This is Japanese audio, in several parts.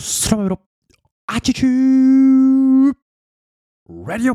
空豆のアチチューラディオ。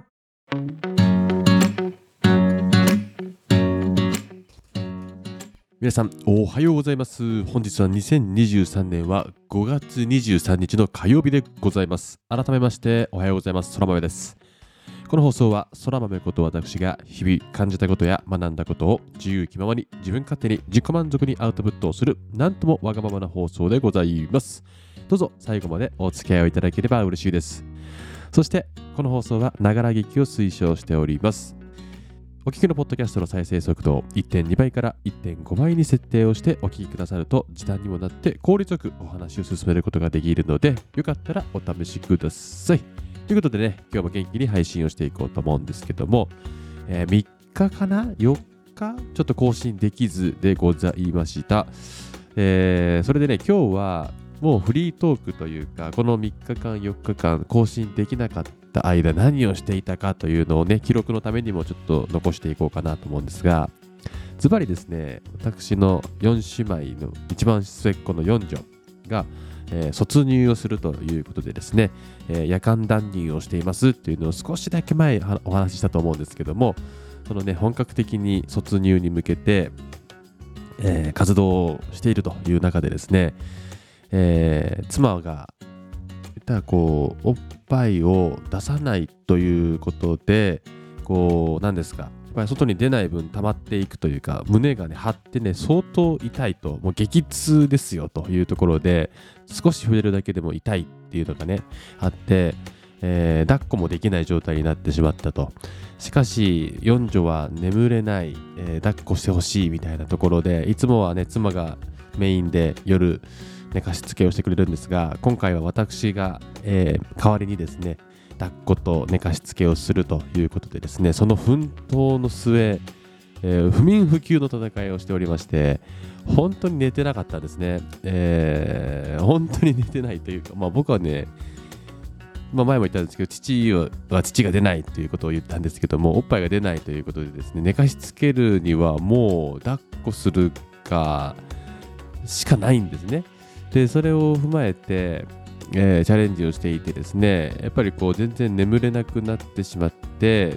皆さんおはようございます。本日は2023年は5月23日の火曜日でございます。改めましておはようございます。空豆です。この放送は空豆こと私が日々感じたことや学んだことを自由気ままに自分勝手に自己満足にアウトプットをする、なんともわがままな放送でございます。どうぞ最後までお付き合いをいただければ嬉しいです。そしてこの放送はながら劇を推奨しております。お聞きのポッドキャストの再生速度を 1.2 倍から 1.5 倍に設定をしてお聞きくださると時短にもなって効率よくお話を進めることができるので、よかったらお試しください。ということでね、今日も元気に配信をしていこうと思うんですけども、3日かな ?4 日ちょっと更新できずでございました。それでね、今日はもうフリートークというか、この3日間4日間更新できなかった間何をしていたかというのをね、記録のためにもちょっと残していこうかなと思うんですが、ズバリですね、私の4姉妹の一番末っ子の四女が、卒入をするということでですね、夜間断乳をしていますっていうのを少しだけ前お話ししたと思うんですけども、そのね、本格的に卒入に向けて、活動をしているという中でですね、妻がこうおっぱいを出さないということで、こう何ですか、やっぱり外に出ない分溜まっていくというか、胸がね張ってね相当痛いと、もう激痛ですよというところで、少し触れるだけでも痛いっていうのがねあって、抱っこもできない状態になってしまったと。しかし四女は眠れない、抱っこしてほしいみたいなところで、いつもはね妻がメインで夜寝かしつけをしてくれるんですが、今回は私が、代わりにですね抱っこと寝かしつけをするということでですね、その奮闘の末、不眠不休の戦いをしておりまして、本当に寝てなかったですね。本当に寝てないというか、僕はね、前も言ったんですけど、父が出ないということを言ったんですけども、おっぱいが出ないということでですね、寝かしつけるにはもう抱っこするかしかないんですね。でそれを踏まえて、チャレンジをしていてですね、やっぱりこう全然眠れなくなってしまって、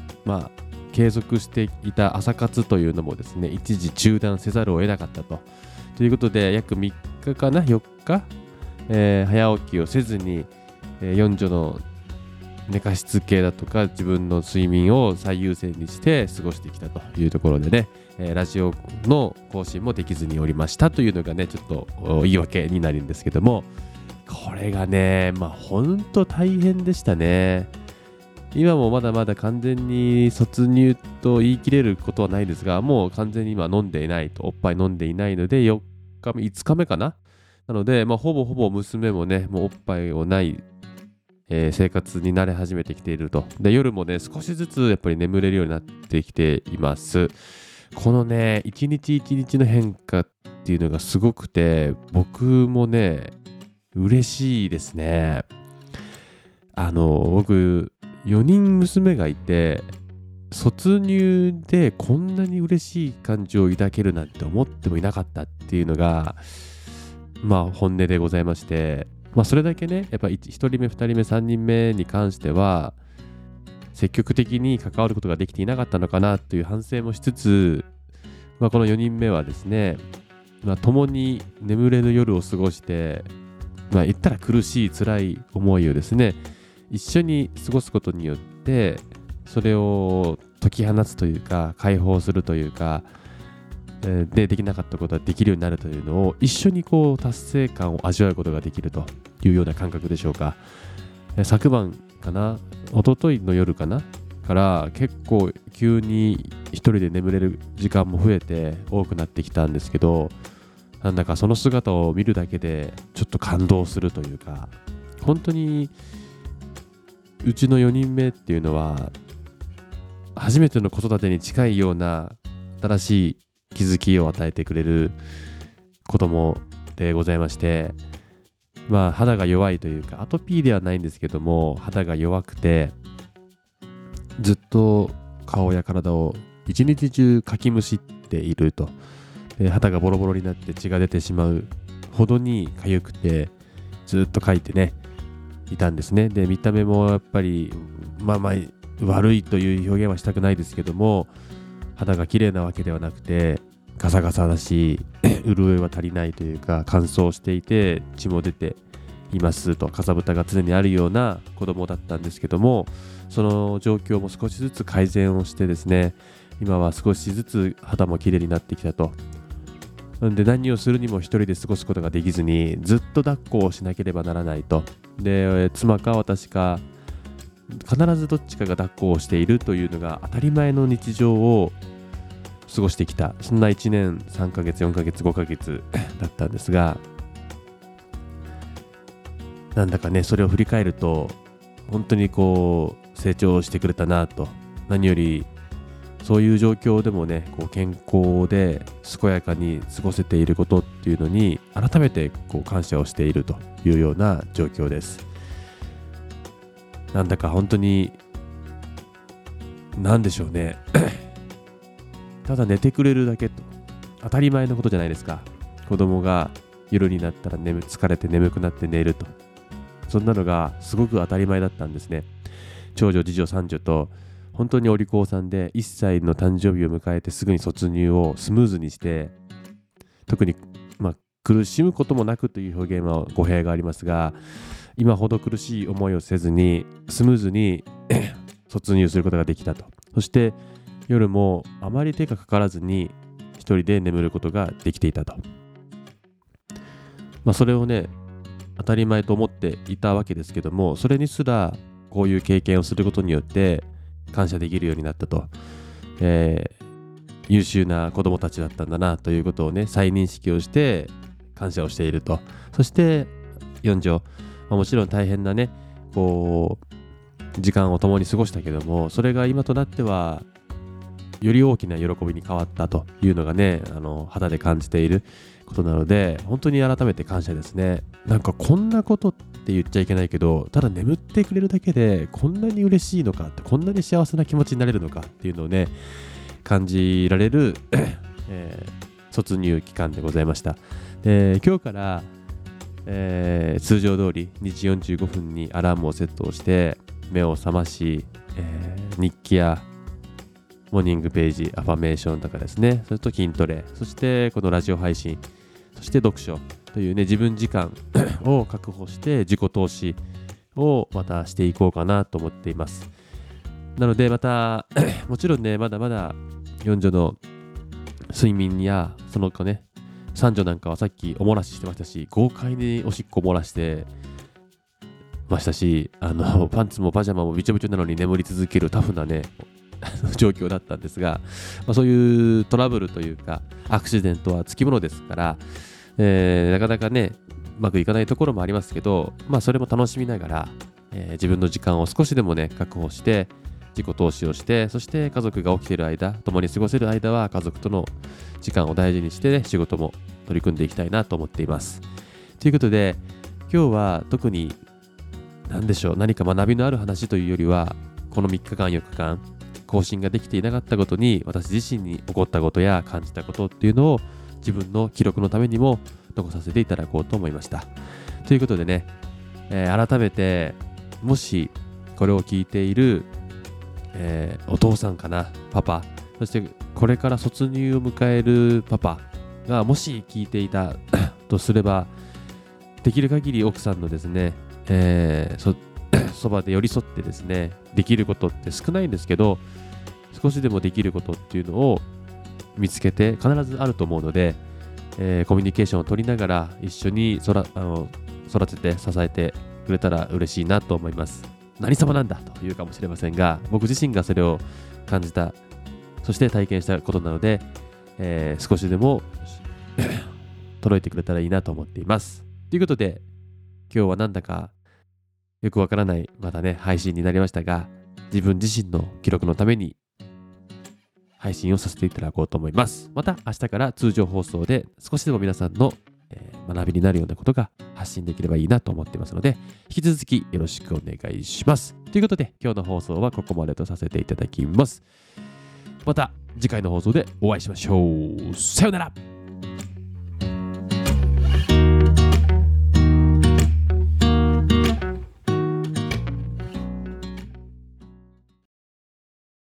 継続していた朝活というのもですね一時中断せざるを得なかったということで、約3日かな4日、早起きをせずに、四女の寝かしつけだとか自分の睡眠を最優先にして過ごしてきたというところでね、ラジオの更新もできずにおりましたというのがね、ちょっと言い訳になるんですけども、これがね本当大変でしたね。今もまだまだ完全に卒入と言い切れることはないですが、もう完全に今飲んでいないと、おっぱい飲んでいないので4日目5日目かな、なのでほぼほぼ娘もねもうおっぱいをない、生活に慣れ始めてきていると。で夜もね少しずつやっぱり眠れるようになってきています。このね一日一日の変化っていうのがすごくて、僕もね嬉しいですね。僕4人娘がいて、卒入でこんなに嬉しい感情を抱けるなんて思ってもいなかったっていうのが本音でございまして、それだけねやっぱ1人目2人目3人目に関しては積極的に関わることができていなかったのかなという反省もしつつ、この4人目はですね、共に眠れぬ夜を過ごして、言ったら苦しい辛い思いをですね一緒に過ごすことによって、それを解き放つというか解放するというか、できなかったことができるようになるというのを一緒にこう達成感を味わうことができるというような感覚でしょうか。昨晩かな、一昨日の夜かなから結構急に一人で眠れる時間も増えて多くなってきたんですけど、なんだかその姿を見るだけでちょっと感動するというか、本当にうちの4人目っていうのは初めての子育てに近いような新しい気づきを与えてくれる子供でございまして、肌が弱いというかアトピーではないんですけども、肌が弱くてずっと顔や体を一日中かきむしっていると、肌がボロボロになって血が出てしまうほどに痒くて、 ずっと描いてねいたんですね。で見た目もやっぱり悪いという表現はしたくないですけども、肌が綺麗なわけではなくてガサガサだし潤いは足りないというか、乾燥していて血も出ていますと、かさぶたが常にあるような子供だったんですけども、その状況も少しずつ改善をしてですね、今は少しずつ肌も綺麗になってきたと。なんで何をするにも一人で過ごすことができずに、ずっと抱っこをしなければならないと。で妻か私か必ずどっちかが抱っこをしているというのが当たり前の日常を過ごしてきた、そんな1年3ヶ月4ヶ月5ヶ月だったんですが、なんだかねそれを振り返ると本当にこう成長してくれたなと。何よりそういう状況でもねこう健康で健やかに過ごせていることっていうのに改めてこう感謝をしているというような状況です。なんだか本当に何でしょうねただ寝てくれるだけと当たり前のことじゃないですか。子供が夜になったら疲れて眠くなって寝ると、そんなのがすごく当たり前だったんですね。長女次女三女と本当にお利口さんで、1歳の誕生日を迎えてすぐに卒入をスムーズにして、特に苦しむこともなくという表現は語弊がありますが、今ほど苦しい思いをせずにスムーズに卒入することができたと。そして夜もあまり手がかからずに一人で眠ることができていたと。それをね当たり前と思っていたわけですけども、それにすらこういう経験をすることによって感謝できるようになったと、優秀な子供たちだったんだなということをね再認識をして感謝をしていると。そして四女、もちろん大変なねこう時間を共に過ごしたけども、それが今となってはより大きな喜びに変わったというのがね肌で感じていることなので、本当に改めて感謝ですね。なんかこんなことって言っちゃいけないけど、ただ眠ってくれるだけでこんなに嬉しいのかって、こんなに幸せな気持ちになれるのかっていうのをね感じられる、卒入期間でございました。で今日から、通常通り2時45分にアラームをセットをして目を覚まし、日記やモーニングページ、アファメーションとかですね、それと筋トレ、そしてこのラジオ配信、そして読書というね自分時間を確保して自己投資をまたしていこうかなと思っています。なのでまたもちろんねまだまだ四女の睡眠やその子ね、三女なんかはさっきおもらししてましたし、豪快におしっこ漏らしてましたし、パンツもパジャマもびちょびちょなのに眠り続けるタフなね状況だったんですが、そういうトラブルというかアクシデントはつきものですから、なかなかねうまくいかないところもありますけど、それも楽しみながら、自分の時間を少しでもね確保して自己投資をして、そして家族が起きている間、共に過ごせる間は家族との時間を大事にして、ね、仕事も取り組んでいきたいなと思っています。ということで今日は特に何か学びのある話というよりは、この3日間4日間更新ができていなかったことに、私自身に起こったことや感じたことっていうのを自分の記録のためにも残させていただこうと思いました。ということでね、改めてもしこれを聞いている、お父さんかな、パパ、そしてこれから卒入を迎えるパパがもし聞いていたとすれば、できる限り奥さんのですね、そばで寄り添ってですね、できることって少ないんですけど、少しでもできることっていうのを見つけて必ずあると思うので、コミュニケーションを取りながら一緒に育てて支えてくれたら嬉しいなと思います。何様なんだというかもしれませんが、僕自身がそれを感じた、そして体験したことなので、少しでも届いてくれたらいいなと思っています。ということで今日はなんだかよくわからないまたね配信になりましたが、自分自身の記録のために配信をさせていただこうと思います。また明日から通常放送で少しでも皆さんの、学びになるようなことが発信できればいいなと思っていますので、引き続きよろしくお願いします。ということで今日の放送はここまでとさせていただきます。また次回の放送でお会いしましょう。さようなら。